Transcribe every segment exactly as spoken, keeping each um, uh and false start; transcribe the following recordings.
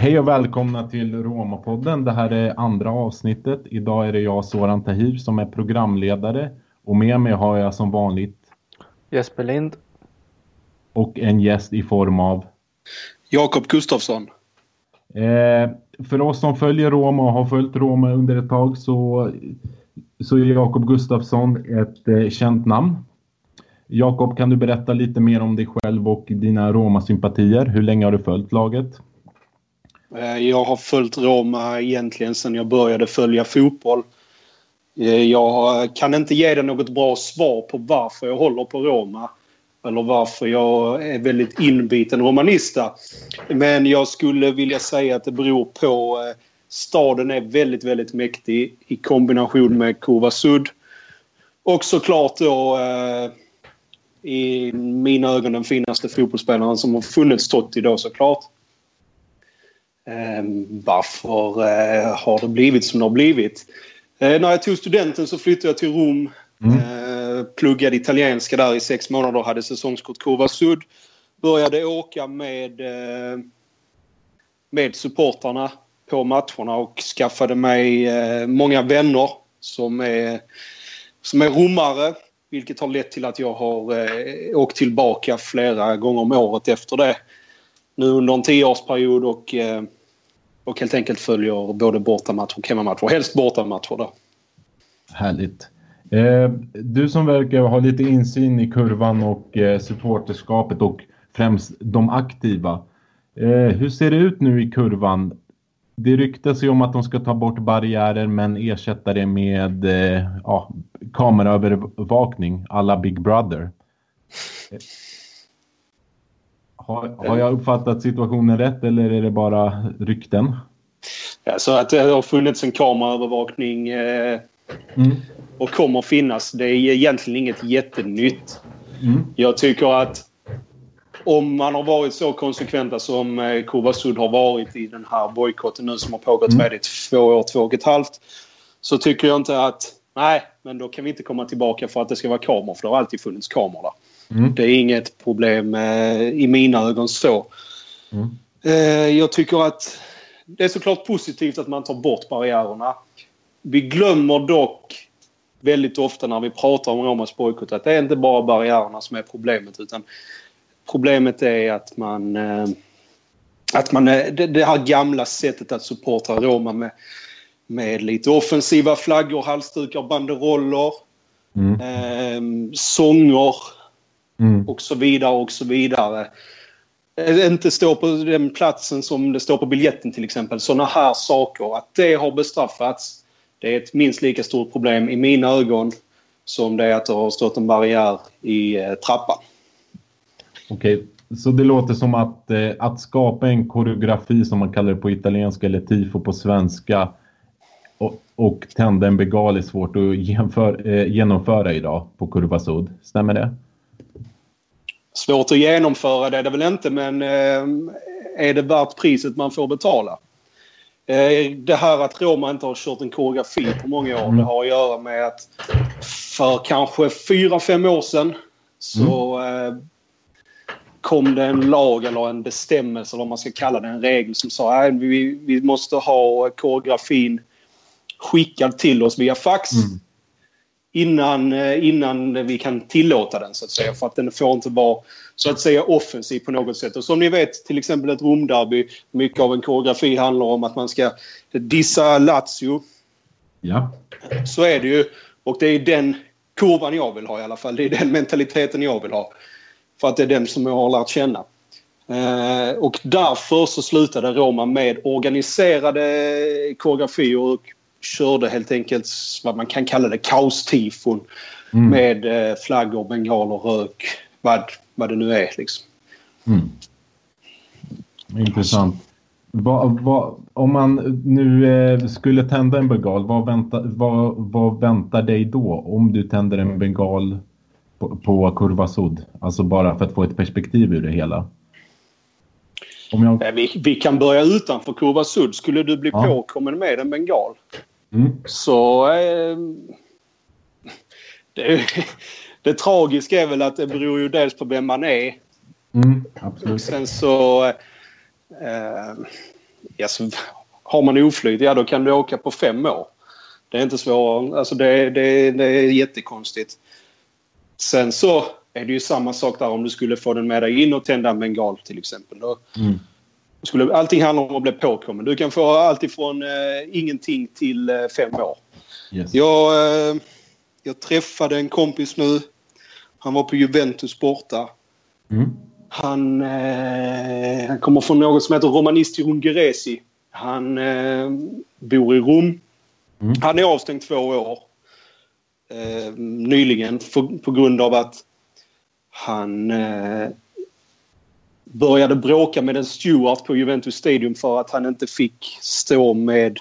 Hej och välkomna till Roma-podden. Det här är andra avsnittet. Idag är det jag, Soran Tahir, som är programledare. Och med mig har jag som vanligt Jesper Lind. Och en gäst i form av Jakob Gustafsson. Eh, för oss som följer Roma och har följt Roma under ett tag så, så är Jakob Gustafsson ett eh, känt namn. Jakob, kan du berätta lite mer om dig själv och dina Roma-sympatier? Hur länge har du följt laget? Jag har följt Roma egentligen sedan jag började följa fotboll. Jag kan inte ge dig något bra svar på varför jag håller på Roma. Eller varför jag är väldigt inbiten romanista. Men jag skulle vilja säga att det beror på staden är väldigt, väldigt mäktig i kombination med Kovasud. Och såklart då i mina ögon den finaste fotbollsspelaren som har funnits tot idag såklart. Um, varför uh, har det blivit som det har blivit? Uh, när jag tog studenten så flyttade jag till Rom. Mm. Uh, pluggade italienska där i sex månader. Hade säsongskort Kovasud. Började åka med, uh, med supportarna på matcherna. Och skaffade mig uh, många vänner som är, som är romare. Vilket har lett till att jag har uh, åkt tillbaka flera gånger om året efter det. Nu under en tioårsperiod och... Uh, Och helt enkelt följer både bortamatcher och hemmamatcher. Helst bortamatcher då. Härligt. Eh, du som verkar ha lite insyn i kurvan och eh, supporterskapet och främst de aktiva. Eh, hur ser det ut nu i kurvan? Det ryktas ju om att de ska ta bort barriärer men ersätta det med eh, ja, kameraövervakning alla Big Brother. Eh. Har, har jag uppfattat situationen rätt eller är det bara rykten? Ja, så att det har funnits en kameraövervakning eh, mm. och kommer finnas. Det är egentligen inget jättenytt. Mm. Jag tycker att om man har varit så konsekventa som eh, Kovasud har varit i den här bojkotten nu som har pågått mm. väldigt två år, två och ett halvt, så tycker jag inte att nej, men då kan vi inte komma tillbaka för att det ska vara kameror, för det har alltid funnits kameror där. Mm. Det är inget problem eh, i mina ögon så. Mm. Eh, jag tycker att det är såklart positivt att man tar bort barriärerna. Vi glömmer dock väldigt ofta när vi pratar om Romas bojkott att det är inte bara barriärerna som är problemet, utan problemet är att man eh, att man det, det här gamla sättet att supporta Roma med, med lite offensiva flaggor, halsdukar, banderoller, mm. eh, sånger Mm. och så vidare och så vidare. Inte stå på den platsen som det står på biljetten till exempel. Sådana här saker. Att det har bestraffats. Det är ett minst lika stort problem i mina ögon som det är att det har stått en barriär i eh, trappan. Okej, okay. Så det låter som att, eh, att skapa en koreografi som man kallar det på italienska eller tifo på svenska och, och tända en bengal är svårt att genomföra, eh, genomföra idag på Kovasud. Stämmer det? Svårt att genomföra det är det väl inte, men eh, är det värt priset man får betala? Eh, det här att Roma inte har kört en koreografi på många år, mm. det har att göra med att för kanske fyra, fem år sedan så mm. eh, kom det en lag eller en bestämmelse, eller vad man ska kalla det, en regel som sa att vi, vi måste ha koreografin skickad till oss via fax. Mm. Innan, innan vi kan tillåta den så att säga. För att den får inte vara så att säga offensiv på något sätt. Och som ni vet, till exempel ett Romderby, mycket av en koreografi handlar om att man ska dissa Lazio. Ja. Så är det ju. Och det är den kurvan jag vill ha i alla fall. Det är den mentaliteten jag vill ha. För att det är den som jag har lärt känna. Eh, och därför så slutade Roma med organiserade koreografier och körde helt enkelt vad man kan kalla det kaostifon mm. med eh, flaggor, bengaler, rök, vad, vad det nu är liksom. Mm. Intressant. Va, va, om man nu eh, skulle tända en bengal, vad väntar, vad, vad väntar dig då om du tänder en bengal på, på Kovasud? Alltså bara för att få ett perspektiv ur det hela. Om jag... vi, vi kan börja utanför Kovasud. Skulle du bli ja. påkommen med en bengal mm. så eh, det, det tragiska är väl att det beror ju dels på vem man är. Mm, absolut. Och sen så eh, ja, så, har man oflyt, ja då kan du åka på fem år. Det är inte svårare. Alltså det, det, det är jättekonstigt. Sen så är det ju samma sak där om du skulle få den med dig in och tända en bengal till exempel. Då mm. skulle, allting handlar om att bli påkommen. Du kan få allt ifrån eh, ingenting till eh, fem år. Yes. Jag, eh, jag träffade en kompis nu. Han var på Juventus borta. Mm. Han, eh, han kommer från något som heter Romanisti Rungeresi. Han eh, bor i Rom. Mm. Han är avstängd två år. Eh, nyligen för, på grund av att han eh, började bråka med en steward på Juventus Stadium för att han inte fick stå med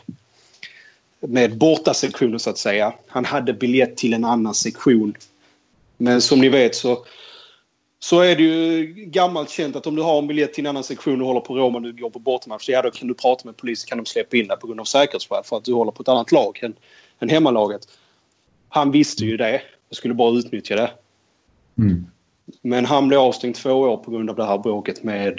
med bortasektionen så att säga. Han hade biljett till en annan sektion. Men som ni vet så så är det ju gammalt känt att om du har en biljett till en annan sektion och håller på Roma och du går på bortamatch, ja då kan du prata med polisen, kan de släppa in dig på grund av säkerhetsskäl för att du håller på ett annat lag än, än hemmalaget. Han visste ju det och skulle bara utnyttja det. Mm. Men han blev avstängd två år på grund av det här bråket med,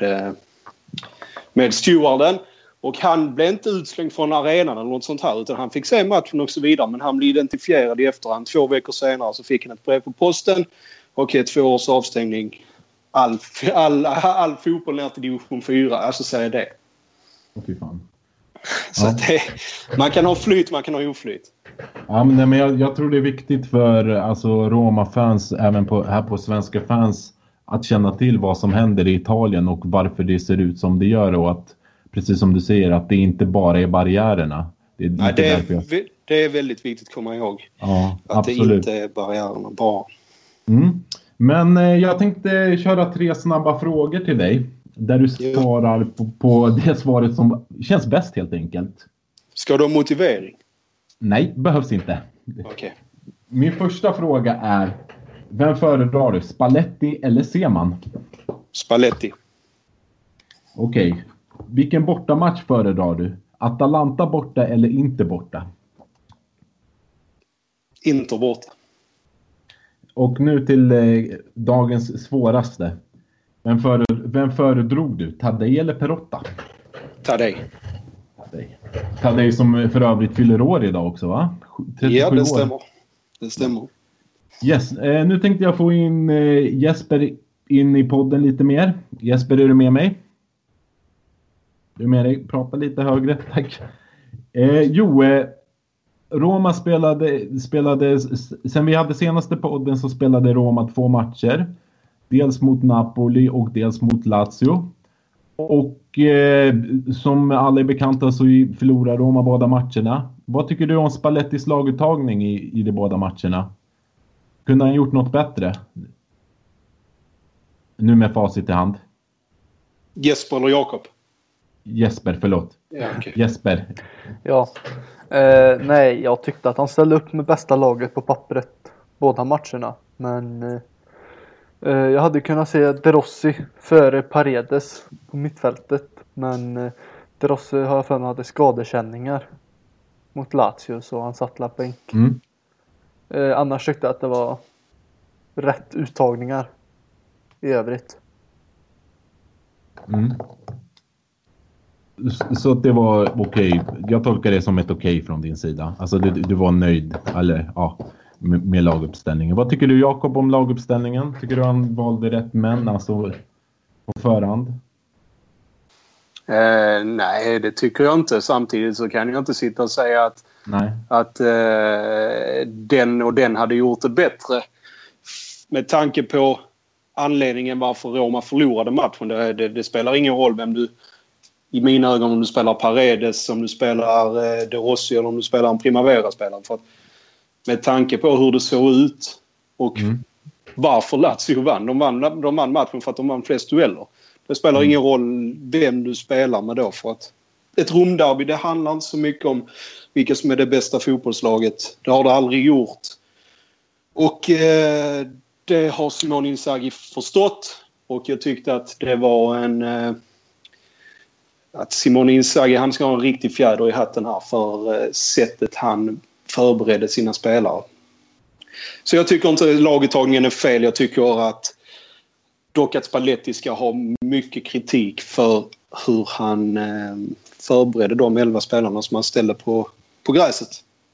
med stewarden. Och han blev inte utslängd från arenan eller något sånt här utan han fick se matchen och så vidare. Men han blev identifierad i efterhand. Två veckor senare så fick han ett brev på posten. Och ett två års avstängning. All, all, all fotboll ner till division fyra. Alltså säger det. Åh, fy fan. Så Ja. det, man kan ha flyt, man kan ha oflyt. Ja, men, nej, men jag, jag tror det är viktigt för alltså, Roma-fans, även på, här på svenska fans, att känna till vad som händer i Italien och varför det ser ut som det gör. Och att, precis som du säger, att det inte bara är barriärerna. Det är, nej, det, är, jag... det är väldigt viktigt att komma ihåg. Ja, att absolut. Det inte är barriärerna bara. Mm. Men eh, jag tänkte köra tre snabba frågor till dig. Där du svarar på, på det svaret som känns bäst helt enkelt. Ska du ha motivering? Nej, behövs inte. Okay. Min första fråga är: vem föredrar du? Spalletti eller Seman? Spalletti. Okej. Okay. Vilken bortamatch föredrar du? Atalanta borta eller inte borta? Inte borta. Och nu till eh, dagens svåraste. Vem, före, vem föredrog du? Tadej eller Perotta? Tadej. Tadej. Tadej som för övrigt fyller år idag också, va? Ja, det stämmer. År. Det stämmer. Yes, eh, nu tänkte jag få in eh, Jesper in i podden lite mer. Jesper, är du med mig? Du är med dig? Prata lite högre, tack. Eh, jo, eh, Roma spelade, spelade, sen vi hade senaste podden så spelade Roma två matcher. Dels mot Napoli och dels mot Lazio. Och eh, som alla är bekanta så förlorar Roma båda matcherna. Vad tycker du om Spallettis laguttagning i, i de båda matcherna? Kunde han gjort något bättre? Nu med facit i hand. Jesper eller Jakob? Jesper, förlåt. Ja, okay. Jesper. Ja. Eh, nej, jag tyckte att han ställde upp med bästa laget på pappret båda matcherna. Men eh, jag hade kunnat se De Rossi före Paredes på mittfältet. Men eh, De Rossi har jag för mig hade skadekänningar mot Lazio så han satt la bänk. Mm. Eh, annars tyckte jag att det var rätt uttagningar i övrigt. Mm. Så det var okej. Okay. Jag tolkar det som ett okej okay från din sida. Alltså du, du var nöjd eller, ja, med, med laguppställningen. Vad tycker du, Jakob, om laguppställningen? Tycker du han valde rätt män alltså, på förhand? Eh, nej, det tycker jag inte. Samtidigt så kan jag inte sitta och säga att, nej. att eh, den och den hade gjort det bättre. Med tanke på anledningen varför Roma förlorade matchen. Det, det, det spelar ingen roll vem du, i mina ögon, om du spelar Paredes, om du spelar eh, De Rossi eller om du spelar en Primavera-spelare. För att med tanke på hur det såg ut och mm. varför Lazio vann. De vann, de vann matchen för att de vann flest dueller. Det spelar mm. ingen roll vem du spelar med då. För att ett Romderby, det handlar inte så mycket om vilka som är det bästa fotbollslaget. Det har det aldrig gjort. Och eh, det har Simone Inzaghi förstått. Och jag tyckte att det var en... Eh, att Simone Inzaghi, han ska ha en riktig fjäder i hatten här för eh, sättet han förberedde sina spelare. Så jag tycker inte laguttagningen är fel. Jag tycker att dock att Spalletti ska ha mycket kritik för hur han eh, förberedde de elva spelarna som han ställde på, på gräset.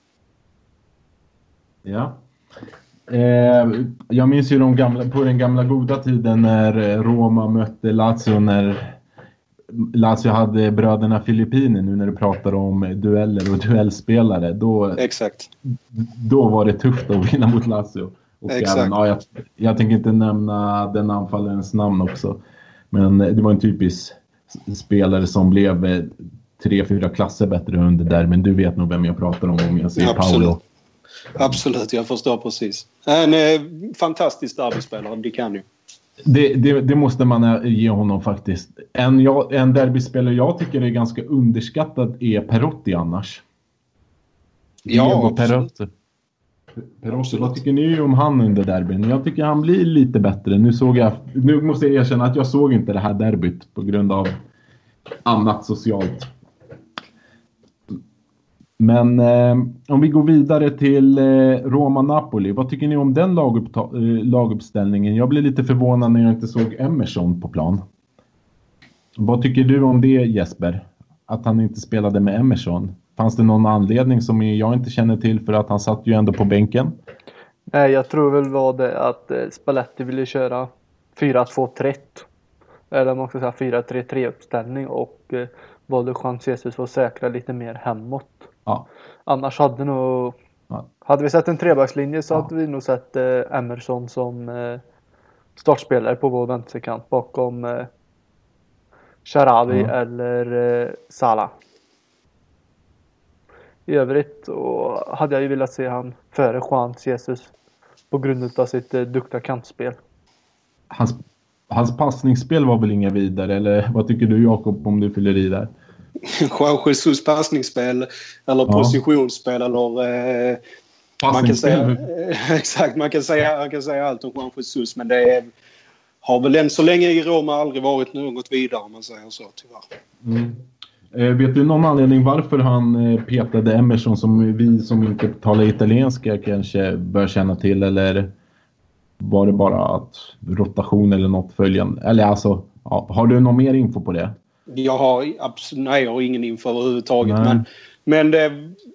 Ja. Eh, jag minns ju de gamla, på den gamla goda tiden när Roma mötte Lazio, när Lazio hade bröderna Filippini, nu när du pratar om dueller och duellspelare. Då, Exakt. Då var det tufft att vinna mot Lazio. Och Exakt. även, ja, jag, jag tänker inte nämna den anfallarens namn också. Men det var en typisk spelare som blev tre, fyra klasser bättre under där. Men du vet nog vem jag pratar om om jag säger Absolut. Paolo. Absolut, jag förstår precis. En eh, fantastisk derbyspelare, det kan ju. Det, det, det måste man ge honom faktiskt. En, jag, en derbyspelare jag tycker är ganska underskattad är Perotti annars. Ja, Perotti. Perotti, vad tycker ni om han under derbyn? Jag tycker han blir lite bättre. Nu såg jag, nu måste jag erkänna att jag såg inte det här derbyt på grund av annat socialt. Men eh, om vi går vidare till eh, Roma-Napoli. Vad tycker ni om den laguppta- eh, laguppställningen? Jag blev lite förvånad när jag inte såg Emerson på plan. Vad tycker du om det, Jesper? Att han inte spelade med Emerson? Fanns det någon anledning som jag inte känner till, för att han satt ju ändå på bänken? Nej, jag tror väl var det att eh, Spalletti ville köra fyra två tre. Eller man ska säga fyra tre tre uppställning, och eh, valde Juan Jesus för att säkra lite mer hemåt. Ja. Annars hade nog Ja. hade vi sett en trebackslinje så Ja. hade vi nog sett eh, Emerson som eh, startspelare på vår vänsterkant bakom eh, Sharawi Ja. eller eh, Salah. I övrigt och hade jag ju velat se han före Juan Jesus på grund av sitt eh, duktiga kantspel. Hans, hans passningsspel var väl inga vidare, eller vad tycker du, Jakob, om du fyller i där? Juan Jesus passningsspel eller Ja. positionsspel eller eh, man kan säga eh, exakt, man kan säga man kan säga allt om Juan Jesus, men det är, har väl än så länge i Roma aldrig varit något vidare, om man säger så, tyvärr. Mm. Eh, vet du någon anledning varför han eh, petade Emerson, som vi som inte talar italienska kanske bör känna till, eller var det bara att rotation eller något följande? Eller alltså, ja, har du någon mer info på det? Jag har absolut, nej, jag har ingen info överhuvudtaget, Nej. men men det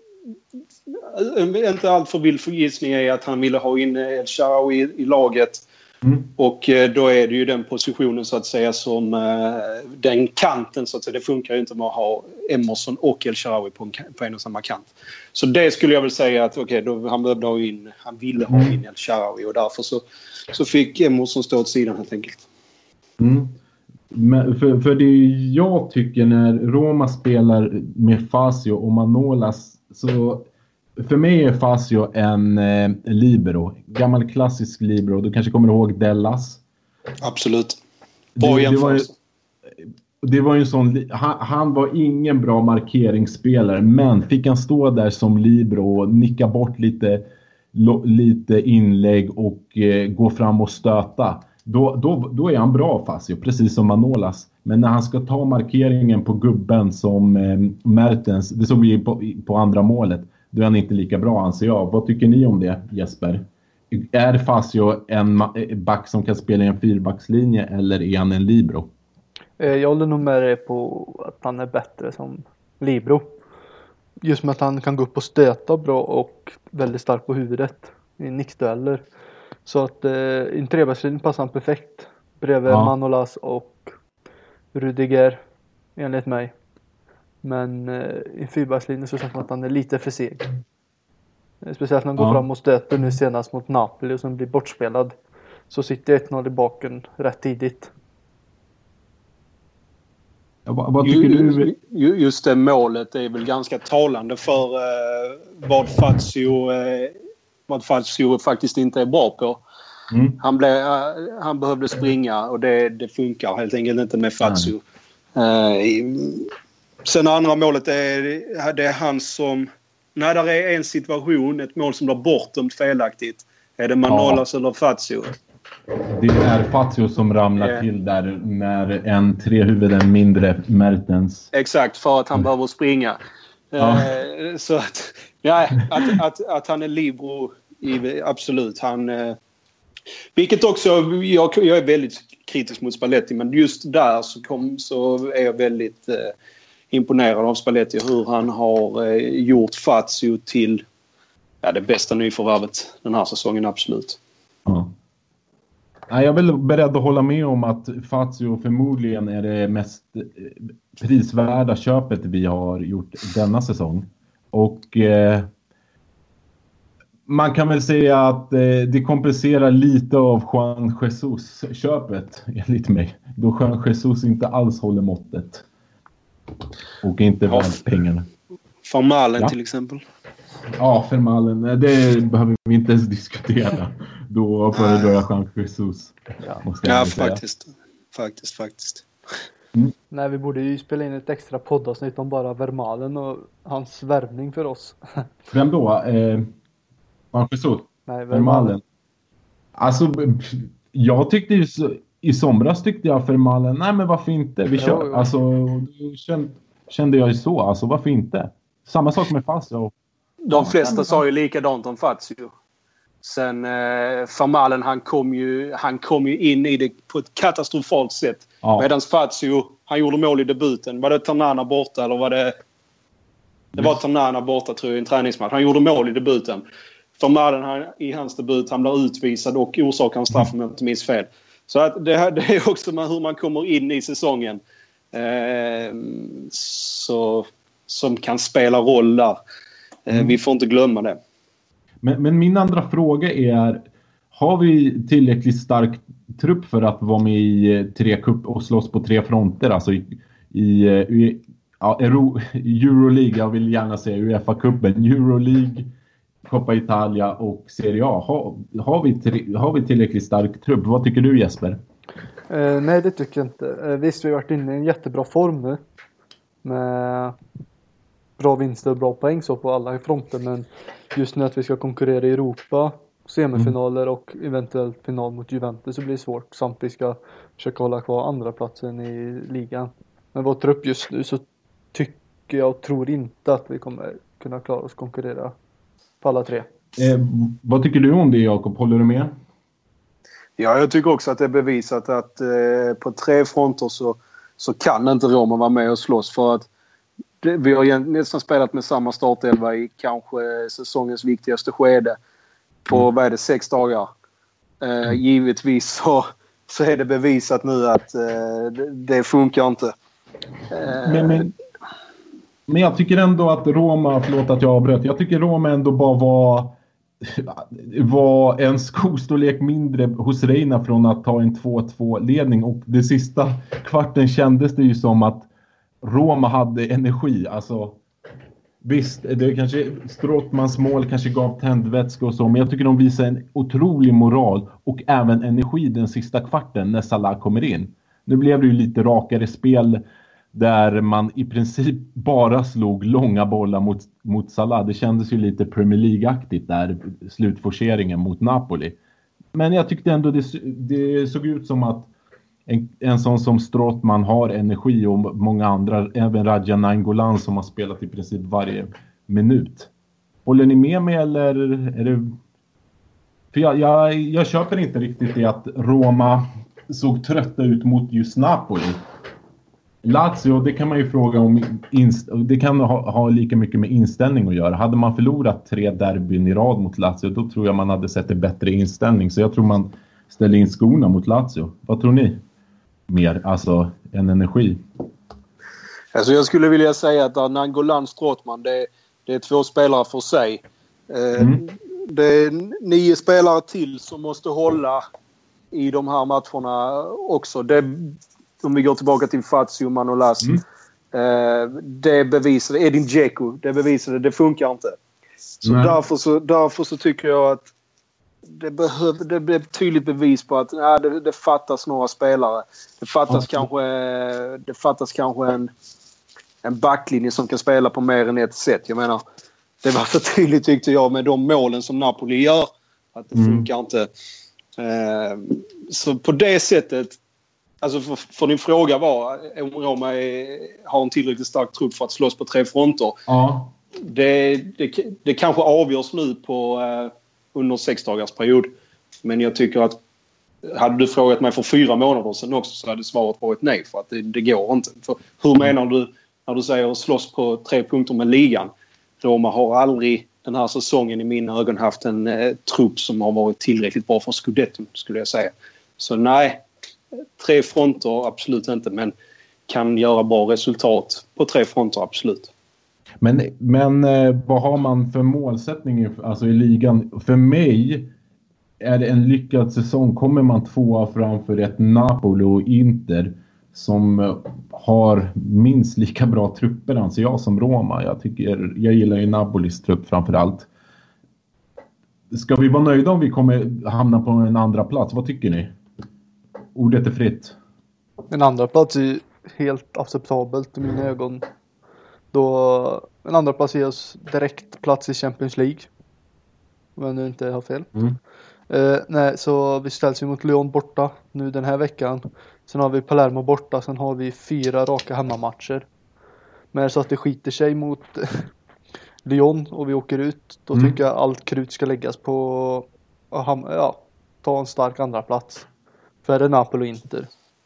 inte allt för vild förgissning är att han ville ha in El Shaarawy i, i laget. Mm. Och eh, då är det ju den positionen så att säga som eh, den kanten så att säga. Det funkar ju inte med att ha Emerson och El Shaarawy på en, på en och samma kant. Så det skulle jag väl säga att okej, då han behövde ha in, han ville ha in El Shaarawy, och därför så, så fick Emerson stå åt sidan helt enkelt. Mm. Men för, för det jag tycker när Roma spelar med Fazio och Manolas, så för mig är Fazio en eh, libero, gammal klassisk libero. Du kanske kommer ihåg Dellas. Absolut. Bra Det, det, var, jämförelse. det var ju en sån, han, han var ingen bra markeringsspelare, men fick han stå där som libero och nicka bort lite, lo, lite inlägg och eh, gå fram och stöta. Då, då, då är han bra, Fazio, precis som Manolas. Men när han ska ta markeringen på gubben som eh, Mertens, det såg vi på, på andra målet, då är han inte lika bra, anser jag. Vad tycker ni om det, Jesper? Är Fazio en back som kan spela i en fyrbackslinje, eller är han en libero? Jag håller nog med dig på att han är bättre som libero. Just med att han kan gå upp och stöta bra och väldigt stark på huvudet i nickdueller. Så att eh, i en trebackslinje passar han perfekt bredvid Ja. Manolas och Rudiger, enligt mig. Men eh, i en fyrbackslinje så känns det som att han är lite för seg. Eh, Speciellt när han går Ja. fram och stöter nu senast mot Napoli och som blir bortspelad. Så sitter ett noll i baken rätt tidigt. Ja, vad, vad tycker du? Ju- Just det målet är väl ganska talande för eh, vad Fazio eh, vad Fazio faktiskt inte är bra på. Mm. Han, blev, eh, han behövde springa, och det, det funkar helt enkelt inte med Fazio. Eh, i- sen andra målet är det är han som, när det är en situation, ett mål som blir bortdömt felaktigt, är det Manolas eller Fazio? Det är Fazio som ramlar Ja. till där när en tre huvuden mindre Mertens. Exakt, för att han behöver springa. Ja. Eh, så att, ja, att, att, att han är libero, i, absolut. Han, eh, vilket också, jag, jag är väldigt kritisk mot Spalletti, men just där så, kom, så är jag väldigt eh, imponerad av Spalletti hur han har eh, gjort Fazio till ja, det bästa nyförvärvet den här säsongen, absolut. Ja. Jag är väl beredd att hålla med om att Fazio förmodligen är det mest prisvärda köpet vi har gjort denna säsong. Och eh, man kan väl säga att eh, det kompenserar lite av Juan Jesus-köpet enligt mig. Då Juan Jesus inte alls håller måttet. Och inte ja, värd pengarna. Vermaelen ja. till exempel. Ja, Vermaelen. Det behöver vi inte ens diskutera. Då föredrar jag Juan Jesus. Ja, ja faktiskt. Faktiskt, faktiskt. Mm. Nej, vi borde ju spela in ett extra poddavsnitt om bara Vermaelen och hans värvning för oss. Vem då? Eh, Juan Jesus? Nej, Vermaelen. Alltså, jag tyckte ju så, i somras tyckte jag Vermaelen, nej men varför inte? Vi kör, jo, jo. Alltså, kände, kände jag ju så, alltså varför inte? Samma sak med Fazio. De flesta sa ju likadant om Fazio. Sen eh, Vermaelen, han kom ju han kom ju in i det på ett katastrofalt sätt. Ja. Medan Fazio, han gjorde mål i debuten. Var det Ternana borta eller var det... Det var Ternana borta tror jag i en träningsmatch. Han gjorde mål i debuten. Vermaelen, han, i hans debut, han blev utvisad och orsakade en straff om jag inte minns fel. Så att det, det är också hur man kommer in i säsongen. Eh, så, som kan spela roll där. Eh, mm. Vi får inte glömma det. Men, men min andra fråga är, har vi tillräckligt stark trupp för att vara med i tre cup och slåss på tre fronter? Alltså i, i, i ja, Euro, Euroleague, jag vill gärna säga UEFA-cupen, Euroleague, Coppa Italia och Serie A. Har, har, vi, tri, har vi tillräckligt stark trupp? Vad tycker du, Jesper? Eh, nej, det tycker jag inte. Eh, visst, vi har varit inne i en jättebra form nu. Med bra vinster och bra poäng så på alla fronter, men just nu att vi ska konkurrera i Europa, semifinaler mm. och eventuellt final mot Juventus så blir det svårt, samt vi ska försöka hålla kvar andra platsen i ligan. Men vår trupp just nu så tycker jag och tror inte att vi kommer kunna klara oss konkurrera på alla tre. Eh, vad tycker du om det, Jakob? Håller du med? Ja, jag tycker också att det är bevisat att eh, på tre fronter så, så kan inte Roma vara med och slåss, för att det, vi har nästan spelat med samma startelva i kanske säsongens viktigaste skede på mm. vad är det, sex dagar. Eh, mm. Givetvis så, så är det bevisat nu att eh, det, det funkar inte. Eh, men, men, men jag tycker ändå att Roma, förlåt att jag avbröt, jag tycker Roma ändå bara var var en skostorlek mindre hos Reina från att ta en två två-ledning, och det sista kvarten kändes det ju som att Roma hade energi. Alltså visst, det kanske Strootmans mål kanske gav tändvätska och så, men jag tycker de visar en otrolig moral och även energi den sista kvarten när Salah kommer in. Nu blev det ju lite rakare spel där man i princip bara slog långa bollar mot, mot Salah. Det kändes ju lite Premier League-aktigt där, slutforceringen mot Napoli. Men jag tyckte ändå det, det såg ut som att en, en sån som Strootman har energi, och många andra, även Radja Nainggolan som har spelat i princip varje minut. Håller ni med mig eller är det... För jag, jag, jag köper inte riktigt det att Roma såg trötta ut mot just Napoli. Lazio, det kan man ju fråga om, inst- det kan ha, ha lika mycket med inställning att göra. Hade man förlorat tre derbyn i rad mot Lazio, då tror jag man hade sett en bättre inställning. Så jag tror man ställer in skorna mot Lazio. Vad tror ni? Mer, alltså en energi. Alltså jag skulle vilja säga att Nainggolan och Strootman, det, det är två spelare för sig. Eh, mm. Det är nio spelare till som måste hålla i de här matcherna också. Det, om vi går tillbaka till Fazio, Manolas. Mm. Eh, det bevisade Edin Dzeko. Det bevisade det funkar inte. Så därför, så därför så tycker jag att det behöver det blir tydligt bevis på att nej, det, det fattas några spelare. Det fattas okay. kanske det fattas kanske en en backlinje som kan spela på mer än ett sätt. Jag menar, det var för tydligt tyckte jag med de målen som Napoli gör att det mm. funkar inte. Eh, så på det sättet, alltså för, för din fråga var om Roma är, har en tillräckligt stark trupp för att slåss på tre fronter. Ja. Det, det, det kanske avgörs nu på eh, under sex dagars period. Men jag tycker att hade du frågat mig för fyra månader sedan också så hade svaret varit nej, för att det, det går inte. För hur menar du när du säger slåss på tre punkter med ligan. Roma har aldrig den här säsongen i mina ögon haft en eh, trupp som har varit tillräckligt bra för Scudetto, skulle jag säga. Så nej, tre fronter absolut inte, men kan göra bra resultat på tre fronter absolut. Men, men eh, vad har man för målsättning i, alltså i ligan? För mig är det en lyckad säsong. Kommer man tvåa framför ett Napoli och Inter som eh, har minst lika bra trupper, anser jag, som Roma. Jag, tycker, jag gillar ju Napolis trupp framför allt. Ska vi vara nöjda om vi kommer hamna på en andra plats? Vad tycker ni? Ordet är fritt. En andra plats är helt acceptabelt i mina ögon. Då en andra plats ger oss direkt plats i Champions League. Om jag nu inte har fel. Mm. Uh, nej, så vi ställs ju mot Lyon borta nu den här veckan. Sen har vi Palermo borta. Sen har vi fyra raka hemmamatcher. Men så att det skiter sig mot Lyon och vi åker ut, då mm. tycker jag allt krut ska läggas på att ja, ta en stark andra plats. För är det Napoli och Inter.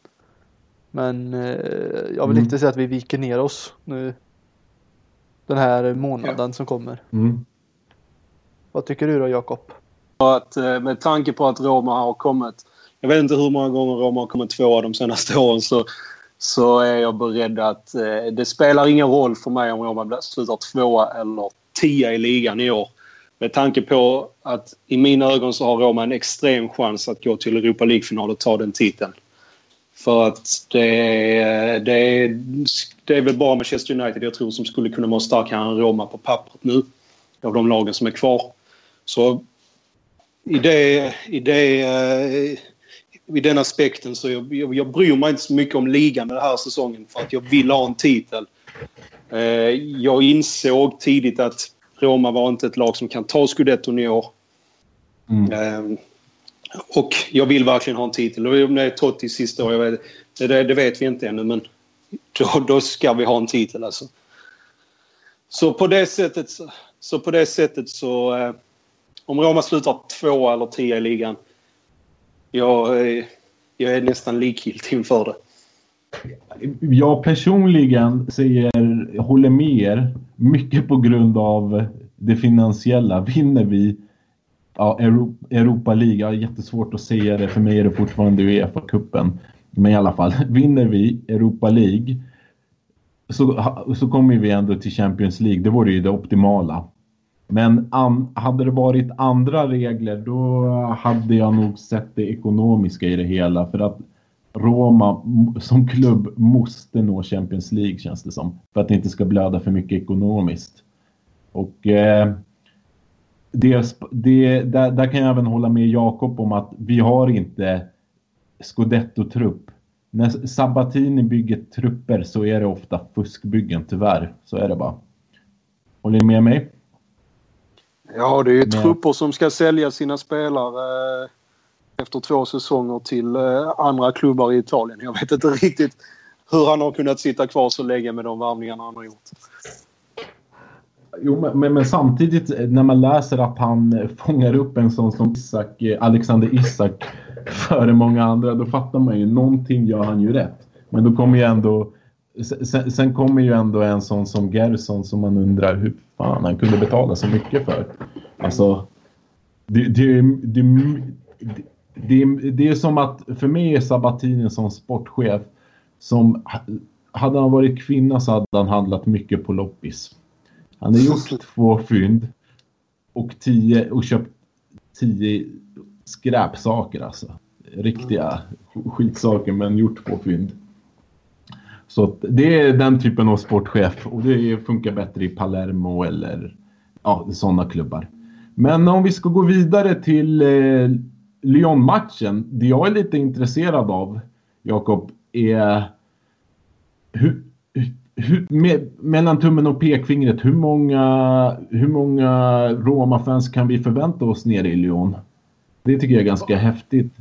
Men eh, jag vill mm. inte säga att vi viker ner oss nu den här månaden ja. som kommer. Mm. Vad tycker du då, Jakob? Att, med tanke på att Roma har kommit, jag vet inte hur många gånger Roma har kommit två av de senaste åren, så, så är jag beredd att eh, det spelar ingen roll för mig om Roma slutar tvåa eller tia i ligan i år. Med tanke på att i mina ögon så har Roma en extrem chans att gå till Europa League-final och ta den titeln. För att det är, det är, det är väl bara Manchester United jag tror som skulle kunna vara starkare än Roma på pappret nu. Av de lagen som är kvar. Så i, det, i, det, i den aspekten så jag, jag, jag bryr mig inte så mycket om ligan den här säsongen. För att jag vill ha en titel. Jag insåg tidigt att Roma var inte ett lag som kan ta Scudetto i år. Mm. Och jag vill verkligen ha en titel. Och om det är Totti sista år, jag vet, det, det vet vi inte ännu. Men då, då ska vi ha en titel alltså. Så på det sättet så, så, på det sättet så eh, om Roma slutar två eller tio i ligan, jag, eh, jag är nästan likgiltig inför det. Jag personligen säger, håller med er, mycket på grund av det finansiella. Vinner vi ja, Europa League, jag har jättesvårt att säga det, för mig är det fortfarande UEFA-cupen. Men i alla fall, vinner vi Europa League så, så kommer vi ändå till Champions League. Det vore ju det optimala. Men an, hade det varit andra regler, då hade jag nog sett det ekonomiska i det hela. För att Roma som klubb måste nå Champions League, känns det som. För att det inte ska blöda för mycket ekonomiskt. Och eh, det, det, där, där kan jag även hålla med Jakob om att vi har inte Scudetto-trupp. När Sabatini bygger trupper så är det ofta fuskbyggen, tyvärr. Så är det bara. Håller ni med mig? Ja, det är ju trupper som ska sälja sina spelare efter två säsonger till andra klubbar i Italien. Jag vet inte riktigt hur han har kunnat sitta kvar så länge med de värvningarna han har gjort. Jo, men, men samtidigt när man läser att han fångar upp en sån som Isak, Alexander Isak före många andra, då fattar man ju, någonting gör han ju rätt. Men då kommer ju ändå sen, sen kommer ju ändå en sån som Gerson som man undrar hur fan han kunde betala så mycket för. Alltså det, det, det, det, det, det är som att för mig är Sabatini som sportchef som, hade han varit kvinna så hade han handlat mycket på loppis. Han har gjort två fynd och, tio, och köpt tio skräpsaker, alltså. Riktiga skitsaker, men gjort två fynd. Så det är den typen av sportchef, och det funkar bättre i Palermo eller ja, sådana klubbar. Men om vi ska gå vidare till eh, Lyon-matchen, det jag är lite intresserad av, Jakob, är hur, hur, med, mellan tummen och pekfingret, hur många, hur många Roma-fans kan vi förvänta oss nere i Lyon? Det tycker jag är ganska häftigt.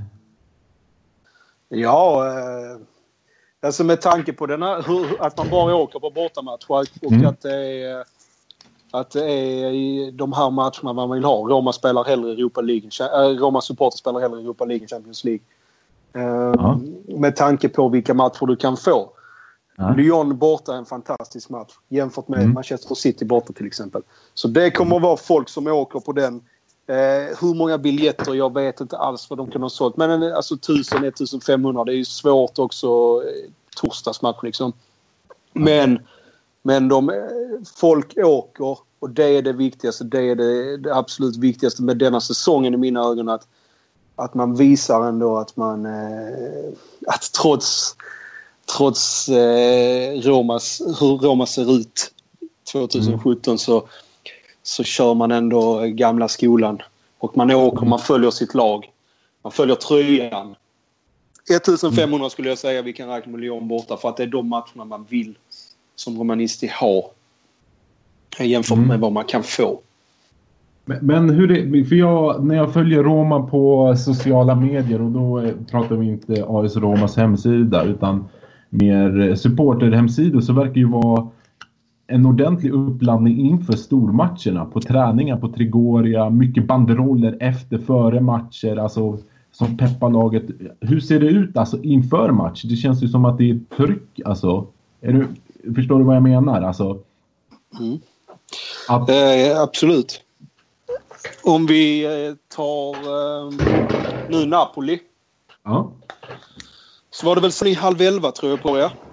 Ja, eh, alltså med tanke på den här, hur, att man bara åker på bortamatch och mm. att det är att det är i de här matcherna man vill ha. Roma spelar hellre Europa League, äh, Roma supporter spelar hellre Europa League, Champions League. Eh, ja. Med tanke på vilka matcher du kan få. Ja. Lyon borta är en fantastisk match jämfört med mm. Manchester City borta till exempel. Så det kommer att vara folk som åker på den. Eh, hur många biljetter, jag vet inte alls vad de kan ha sålt. Men alltså tusen till femtonhundra, det är ju svårt också eh, torsdagsmatch liksom. Men, men de, folk åker och det är det viktigaste. Det är det, det absolut viktigaste med denna säsongen i mina ögon. Att, att man visar ändå att man eh, att trots trots eh, Romas, hur Roma ser ut tjugohundrasjutton mm. så, så kör man ändå gamla skolan. Och man åker, man följer sitt lag. Man följer tröjan. femtonhundra skulle jag säga vi kan räkna med Lyon borta för att det är de matcherna man vill som romanisti ha jämfört med mm. vad man kan få. Men, men hur det, för jag, när jag följer Roma på sociala medier och då pratar vi inte A S Romas hemsida utan mer supporterhemsidor så verkar ju vara en ordentlig uppladdning inför stormatcherna på träningar på Trigoria, mycket banderoller efter före matcher, alltså som peppar laget. Hur ser det ut alltså inför match? Det känns ju som att det är tryck alltså. Är du, förstår du vad jag menar alltså? Mm. Att... Eh, absolut. Om vi eh, tar eh, nu Napoli. Ja. Så var det väl sen i halv elva tror jag på er.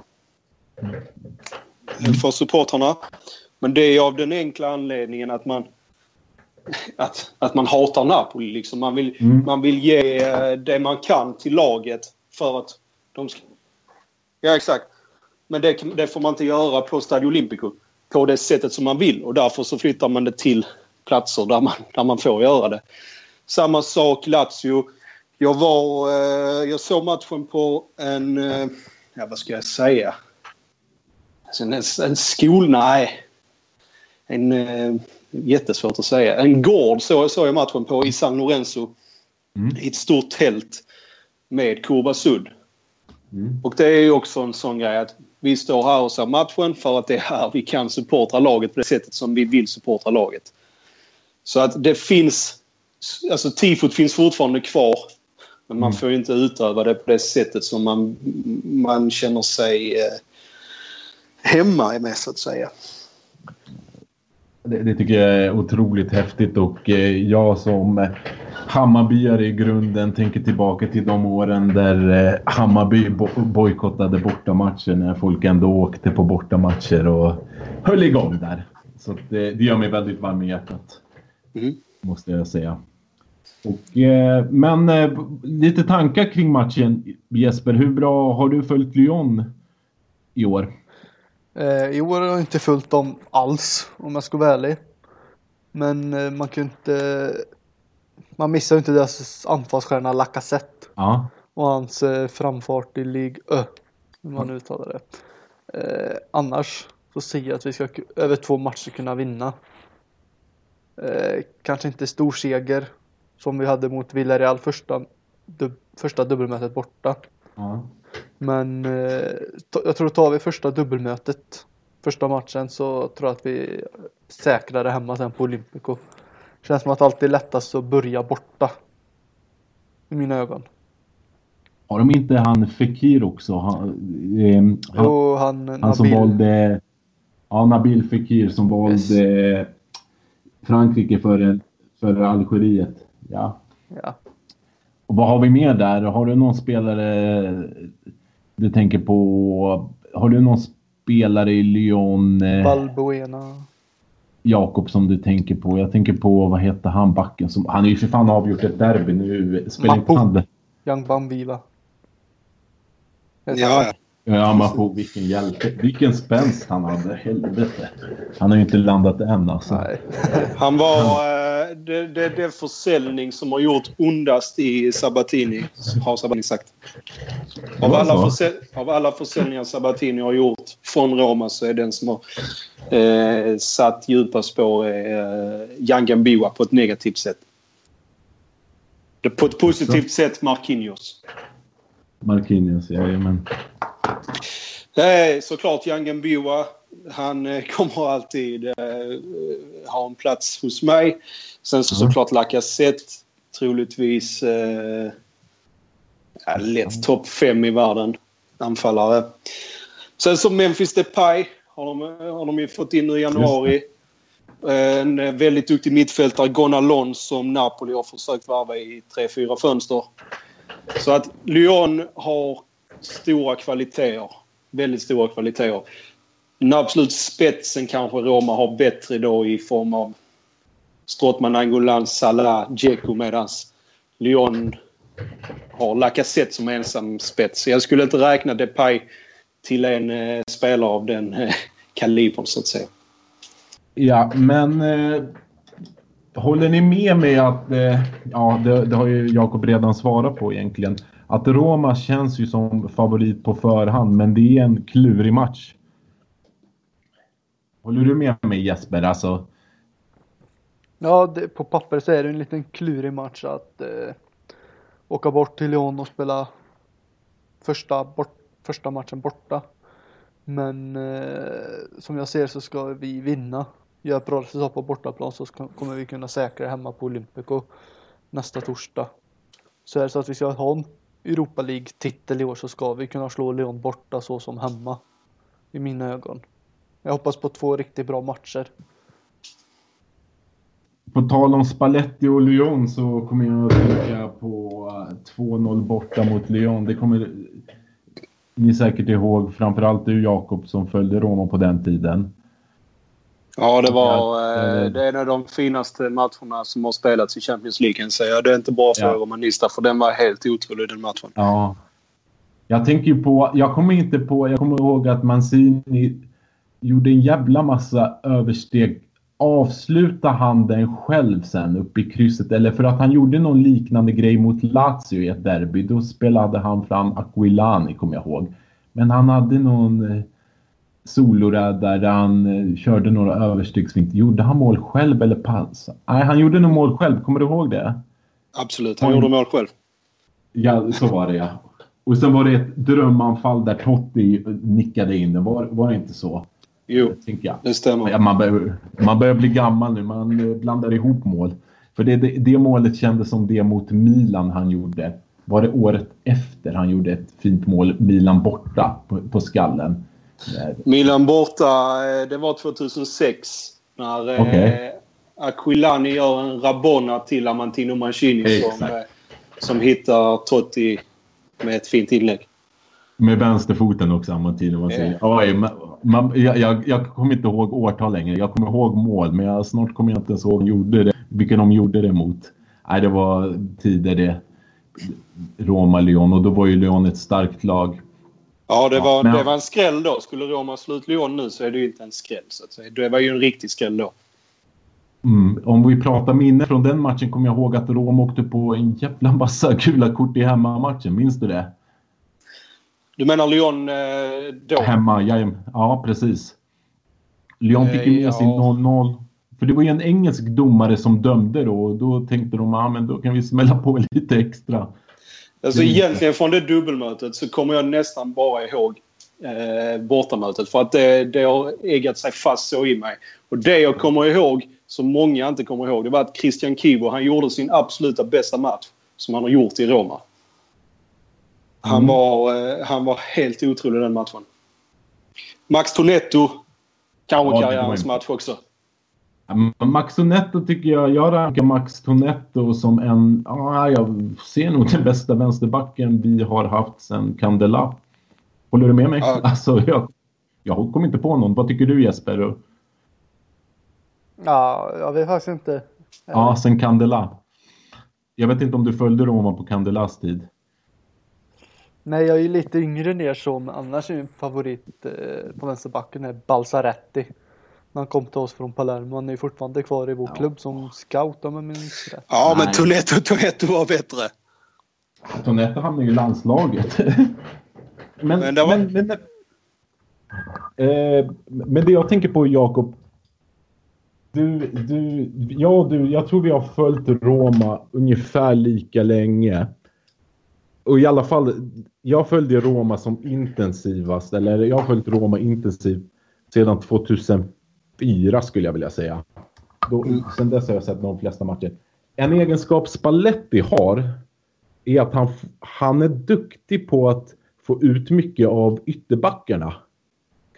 Mm. För supporterna. Men det är av den enkla anledningen att man att, att man hatar Napoli liksom. Man vill, mm. man vill ge det man kan till laget för att de ska... Ja, exakt. Men det, det får man inte göra på Stadio Olimpico på det sättet som man vill. Och därför så flyttar man det till platser där man, där man får göra det. Samma sak Lazio. Jag var... Eh, jag såg matchen på en... Eh, ja, vad ska jag säga? Alltså en, en skol... Nej. En... Eh, jättesvårt att säga. En gård så såg jag matchen på i San Lorenzo. Mm. I ett stort tält med Curva Sud. Mm. Och det är ju också en sån grej att vi står här och ser matchen för att det är här vi kan supporta laget på det sättet som vi vill supporta laget. Så att det finns... Alltså tifot finns fortfarande kvar. Men man mm. får ju inte utöva det på det sättet som man, man känner sig eh, hemma med så att säga. Det, det tycker jag är otroligt häftigt och eh, jag som Hammarbyare i grunden tänker tillbaka till de åren där eh, Hammarby bo- bojkottade bortamatcher när folk ändå åkte på bortamatcher och höll igång där. Så det, det gör mig väldigt varm i hjärtat, mm. måste jag säga. Och, eh, men eh, lite tankar kring matchen, Jesper. Hur bra har du följt Lyon i år? Eh, I år har jag inte följt dem alls, om jag ska vara ärlig. Men eh, man kan inte... Man missar ju inte deras anfallsstjärna Lacazette. Ja. Och hans eh, framfart i Ligue Ö, hur man uttalar det. Eh, annars så ser jag att vi ska över två matcher kunna vinna. Eh, kanske inte stor seger som vi hade mot Villarreal första, dub, första dubbelmötet borta. Ja. Men eh, to, jag tror tar vi första dubbelmötet, första matchen, så tror jag att vi säkrar det hemma sen på Olympico. Känns som att allt är lättast att börja borta. I mina ögon. Har de inte han Fekir också? Han, eh, han, jo, han, han Nabil. som valde... Ja, Nabil Fekir som valde yes. Frankrike för, för Algeriet. Ja. Ja. Och vad har vi mer där? Har du någon spelare du tänker på? Har du någon spelare i Lyon? Valbuena. Jakob som du tänker på? Jag tänker på, vad heter han backen? Som, han är ju för fan avgjort ett derby nu. Spelar inte han? Young Bambiva. Ja, ja. Ja, man får vilken hjälp. Vilken spänst han hade. Helvete. Han har ju inte landat än alltså. Nej. Han var äh, det, det, det försäljning som har gjort ondast i Sabatini, har Sabatini sagt. Av alla, försäl, av alla försäljningar Sabatini har gjort från Roma så är den som har eh, satt djupa spår eh, Young Gambiwa på ett negativt sätt. Det, på ett positivt sätt Marquinhos. Marquinhos, ja, men. Nej, såklart Young Gambiwa. Han eh, kommer alltid eh, ha en plats hos mig. Sen så mm. såklart Lacazette. Troligtvis eh, ja, lätt topp fem i världen. Anfallare. Sen som Memphis Depay har de, har de ju fått in nu i januari. En väldigt duktig mittfältare, Gonalon, som Napoli har försökt varva i tre fyra fönster. Så att Lyon har stora kvaliteter. Väldigt stora kvaliteter. Den absolut spetsen kanske Roma har bättre då i form av Strootman, Angolan, Salah, Dzeko, medans Lyon har Lacazette som ensam spets. Jag skulle inte räkna Depay till en eh, spelare av den eh, kalibern så att säga. Ja, men eh, håller ni med mig att, eh, ja det, det har ju Jakob redan svarat på egentligen, att Roma känns ju som favorit på förhand, men det är en klurig match. Håller du med mig Jesper? Alltså... Ja, det, på papper så är det en liten klurig match att eh, åka bort till Lyon och spela första, bort, första matchen borta. Men eh, som jag ser så ska vi vinna. Gör ett bra resultat på bortaplan så ska, kommer vi kunna säkra hemma på Olympico nästa torsdag. Så är det så att vi ska ha en Europa League-titel i år så ska vi kunna slå Lyon borta så som hemma. I mina ögon. Jag hoppas på två riktigt bra matcher. På tal om Spalletti och Lyon så kommer jag att tänka på två noll borta mot Lyon. Det kommer ni säkert ihåg, framförallt du Jakob som följde Roma på den tiden. Ja, det var eh, det är en av de finaste matcherna som har spelats i Champions League, kan säga. Det är inte bra för ja. romanista, för den var helt otrolig den matchen. Ja. Jag tänker ju på, jag kommer inte på, jag kommer ihåg att Mancini gjorde en jävla massa översteg. Avsluta han den själv sen uppe i krysset, eller för att han gjorde någon liknande grej mot Lazio i ett derby, då spelade han fram Aquilani, kommer jag ihåg. Men han hade någon solorädd där han körde några överstegsvinter. Gjorde han mål själv eller pass? Nej, han gjorde nog mål själv, kommer du ihåg det? Absolut, han, han gjorde mål själv. Ja, så var det ja. Och sen var det ett drömanfall där Totti nickade in, var, var det inte så? Jo, jag. det stämmer. Ja, man, börjar, man börjar bli gammal nu. Man blandar ihop mål. För det, det, det målet kändes som det mot Milan han gjorde. Var det året efter han gjorde ett fint mål, Milan borta på, på skallen? Milan borta, det var tjugohundrasex. När okay. eh, Aquilani gör en Rabona till Amantino Mancini som, eh, som hittar Totti med ett fint inlägg. Med vänsterfoten också, Amantino Mancini. Yeah. Oj, man, man, jag, jag, jag kommer inte ihåg årtal längre. Jag kommer ihåg mål, men jag, snart kommer jag inte ens ihåg gjorde det, vilka de gjorde det mot. Nej, det var tider det Roma-Lyon, och då var ju Lyon ett starkt lag. Ja, det var, ja, men, det var en skräll då. Skulle Roma slut Lyon nu så är det ju inte en skräll. Så att säga. Det var ju en riktig skräll då. Mm, om vi pratar minne från den matchen kommer jag ihåg att Roma åkte på en jävla massa gula kort i hemmamatchen. Minns du det? Du menar Lyon eh, då? Hemma, ja, ja precis. Lyon fick ju med ja. sin noll noll. För det var ju en engelsk domare som dömde då. Och då tänkte de, ja men då kan vi smälla på lite extra. Alltså egentligen från det dubbelmötet så kommer jag nästan bara ihåg eh, bortamötet. För att det, det har ägat sig fast så i mig. Och det jag kommer ihåg, som många inte kommer ihåg, det var att Christian Kibo, han gjorde sin absoluta bästa match som han har gjort i Roma. Han, mm. var, eh, han var helt otrolig den matchen. Max Tonetto, kanske ja, karriärens match också. Max Tonetto tycker jag, jag rankar Max Tonetto som en, ja, jag ser nog den bästa vänsterbacken vi har haft sedan Candela. Håller du med mig? Ja. Alltså, jag, jag kommer inte på någon. Vad tycker du Jesper? Ja, jag vet faktiskt inte. Ja, sen Candela. Jag vet inte om du följde Roma på Candelas tid. Nej, jag är ju lite yngre ner så, men annars är min favorit eh, på vänsterbacken är Balzaretti. Han kom till oss från Palermo. Han är ju fortfarande kvar i vår ja. klubb som scout om jag minns rätt. Ja, men Tonetto, Tonetto var bättre. Tonetto hamnade ju i landslaget. men, men, det var... men, men, eh, men det jag tänker på, Jakob. Du, du, ja, du, jag tror vi har följt Roma ungefär lika länge. Och i alla fall, jag följde Roma som intensivast. Eller jag har följt Roma intensivt sedan tvåtusenfyra skulle jag vilja säga. Då, sen dess har jag sett de flesta matcher. En egenskap Spalletti har är att han, han är duktig på att få ut mycket av ytterbackarna.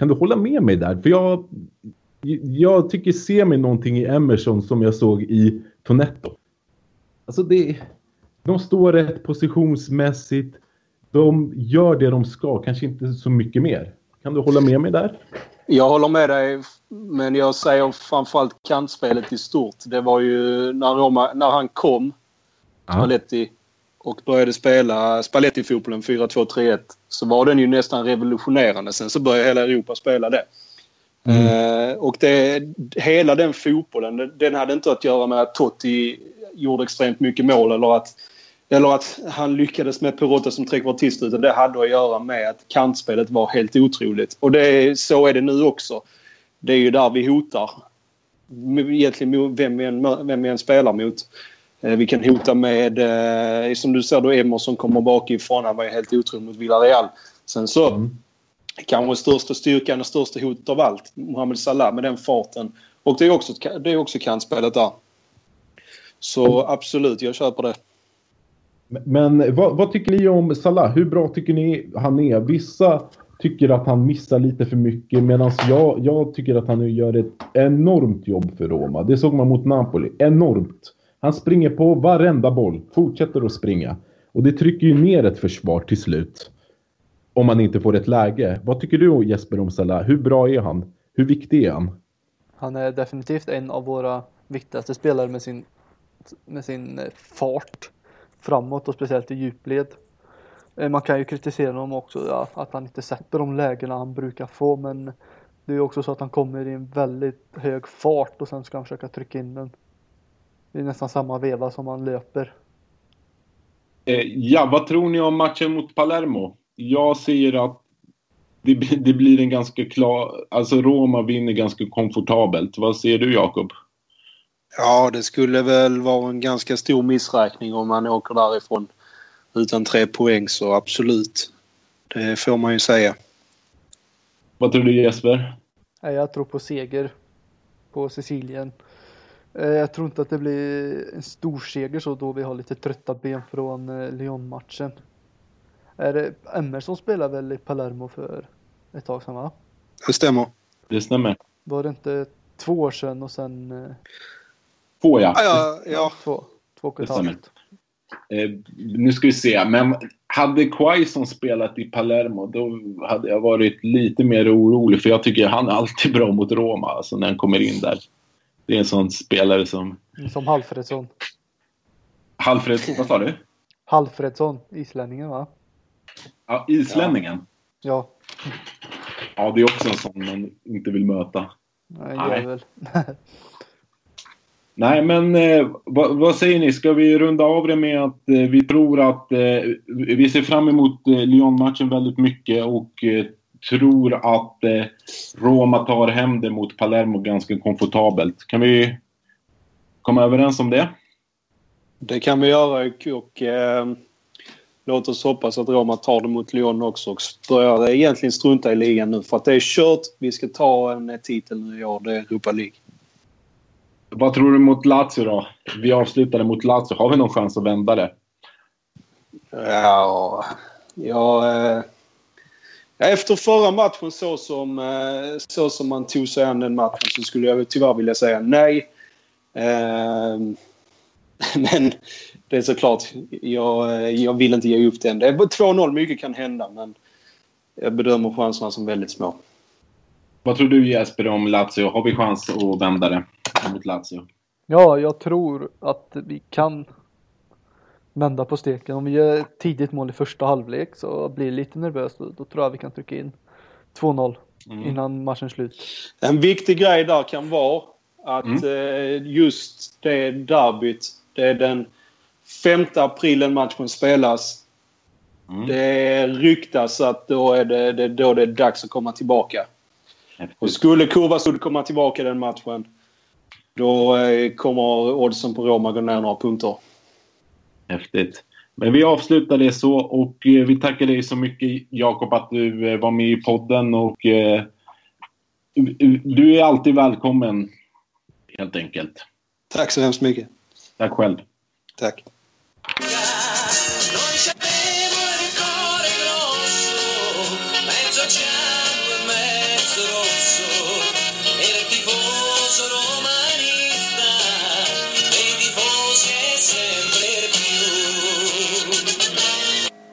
Kan du hålla med mig där? För jag, jag tycker se mig någonting i Emerson som jag såg i Tonetto. Alltså det, de står rätt positionsmässigt. De gör det de ska, kanske inte så mycket mer. Kan du hålla med mig där? Jag håller med dig, men jag säger framförallt kantspelet i stort. Det var ju när, Roma, när han kom, ja. Spalletti, och började spela Spalletti-fotbollen fyra två tre ett, så var den ju nästan revolutionerande. Sen så började hela Europa spela det. Mm. Eh, och det, hela den fotbollen, den hade inte att göra med att Totti gjorde extremt mycket mål eller att, eller att han lyckades med Perotta som trekvartist, utan det hade att göra med att kantspelet var helt otroligt. Och det, så är det nu också. Det är ju där vi hotar. Egentligen vem vi än, vem vi än spelar mot. Eh, vi kan hota med, eh, som du ser då, Emerson kommer bakifrån. Han var ju helt otrolig mot Villarreal. Sen så mm. kanske största styrkan och största hot av allt, Mohamed Salah med den farten. Och det är också, det är också kantspelet där. Så absolut, jag köper det. Men vad, vad tycker ni om Salah? Hur bra tycker ni han är? Vissa tycker att han missar lite för mycket, medan jag, jag tycker att han nu gör ett enormt jobb för Roma. Det såg man mot Napoli. Enormt. Han springer på varenda boll. Fortsätter att springa. Och det trycker ju ner ett försvar till slut. Om man inte får ett läge. Vad tycker du, Jesper, om Salah? Hur bra är han? Hur viktig är han? Han är definitivt en av våra viktigaste spelare med sin, med sin fart framåt och speciellt i djupled. Man kan ju kritisera honom också, ja, att han inte sätter de lägena han brukar få, men det är ju också så att han kommer i en väldigt hög fart och sen ska han försöka trycka in den. Det är nästan samma veva som han löper. Ja, vad tror ni om matchen mot Palermo? Jag ser att det, det blir en ganska klar... Alltså Roma vinner ganska komfortabelt. Vad ser du, Jakob? Ja, det skulle väl vara en ganska stor missräkning om man åker därifrån utan tre poäng, så absolut. Det får man ju säga. Vad tror du, Jesper? Jag tror på seger på Sicilien. Jag tror inte att det blir en stor seger så, då vi har lite trötta ben från Lyon-matchen. Är det Emerson spelar väl i Palermo för ett tag sedan, va? Det stämmer. Det stämmer. Var det inte två år sedan och sen... Två, ja. Ja, ja, ja. Två. Två och ett halvt. Eh, nu ska vi se. Men hade Quaison spelat i Palermo, då hade jag varit lite mer orolig. För jag tycker han är alltid bra mot Roma, alltså när han kommer in där. Det är en sån spelare som... Som Halfredsson. Halfredsson, vad sa du? Halfredsson, islänningen, va? Ja, islänningen. Ja. Ja, det är också en sån man inte vill möta. Nej, Nej. Väl. Nej, men eh, vad, vad säger ni? Ska vi runda av det med att eh, vi tror att eh, vi ser fram emot eh, Lyon-matchen väldigt mycket och eh, tror att eh, Roma tar hem det mot Palermo ganska komfortabelt. Kan vi komma överens om det? Det kan vi göra, och eh, låt oss hoppas att Roma tar det mot Lyon också och börjar egentligen strunta i ligan nu, för att det är kört. Vi ska ta en titel nu i år, det är Europa League. Vad tror du mot Lazio då? Vi avslutade mot Lazio. Har vi någon chans att vända det? Ja, ja eh, efter förra matchen så som, eh, så som man tog sig an den matchen, så skulle jag tyvärr vilja säga nej. Eh, men det är såklart, jag, jag vill inte ge upp den. Det är två noll, mycket kan hända, men jag bedömer chanserna som väldigt små. Vad tror du, Jesper, om Lazio? Har vi chans att vända det mot Lazio? Ja, jag tror att vi kan vända på steken. Om vi gör tidigt mål i första halvlek så blir det lite nervöst. Då tror jag vi kan trycka in två noll mm. innan matchen slut. En viktig grej där kan vara att mm. just det derbyt, det är den femte april en matchen spelas. Mm. Det ryktas att då är det, det, då det är dags att komma tillbaka. Och skulle Kurvasud komma tillbaka i den matchen, då kommer oddsen på Roma gå ner några punkter. Häftigt. Men vi avslutar det så, och vi tackar dig så mycket, Jakob, att du var med i podden, och eh, du är alltid välkommen, helt enkelt. Tack så hemskt mycket. Tack själv. Tack.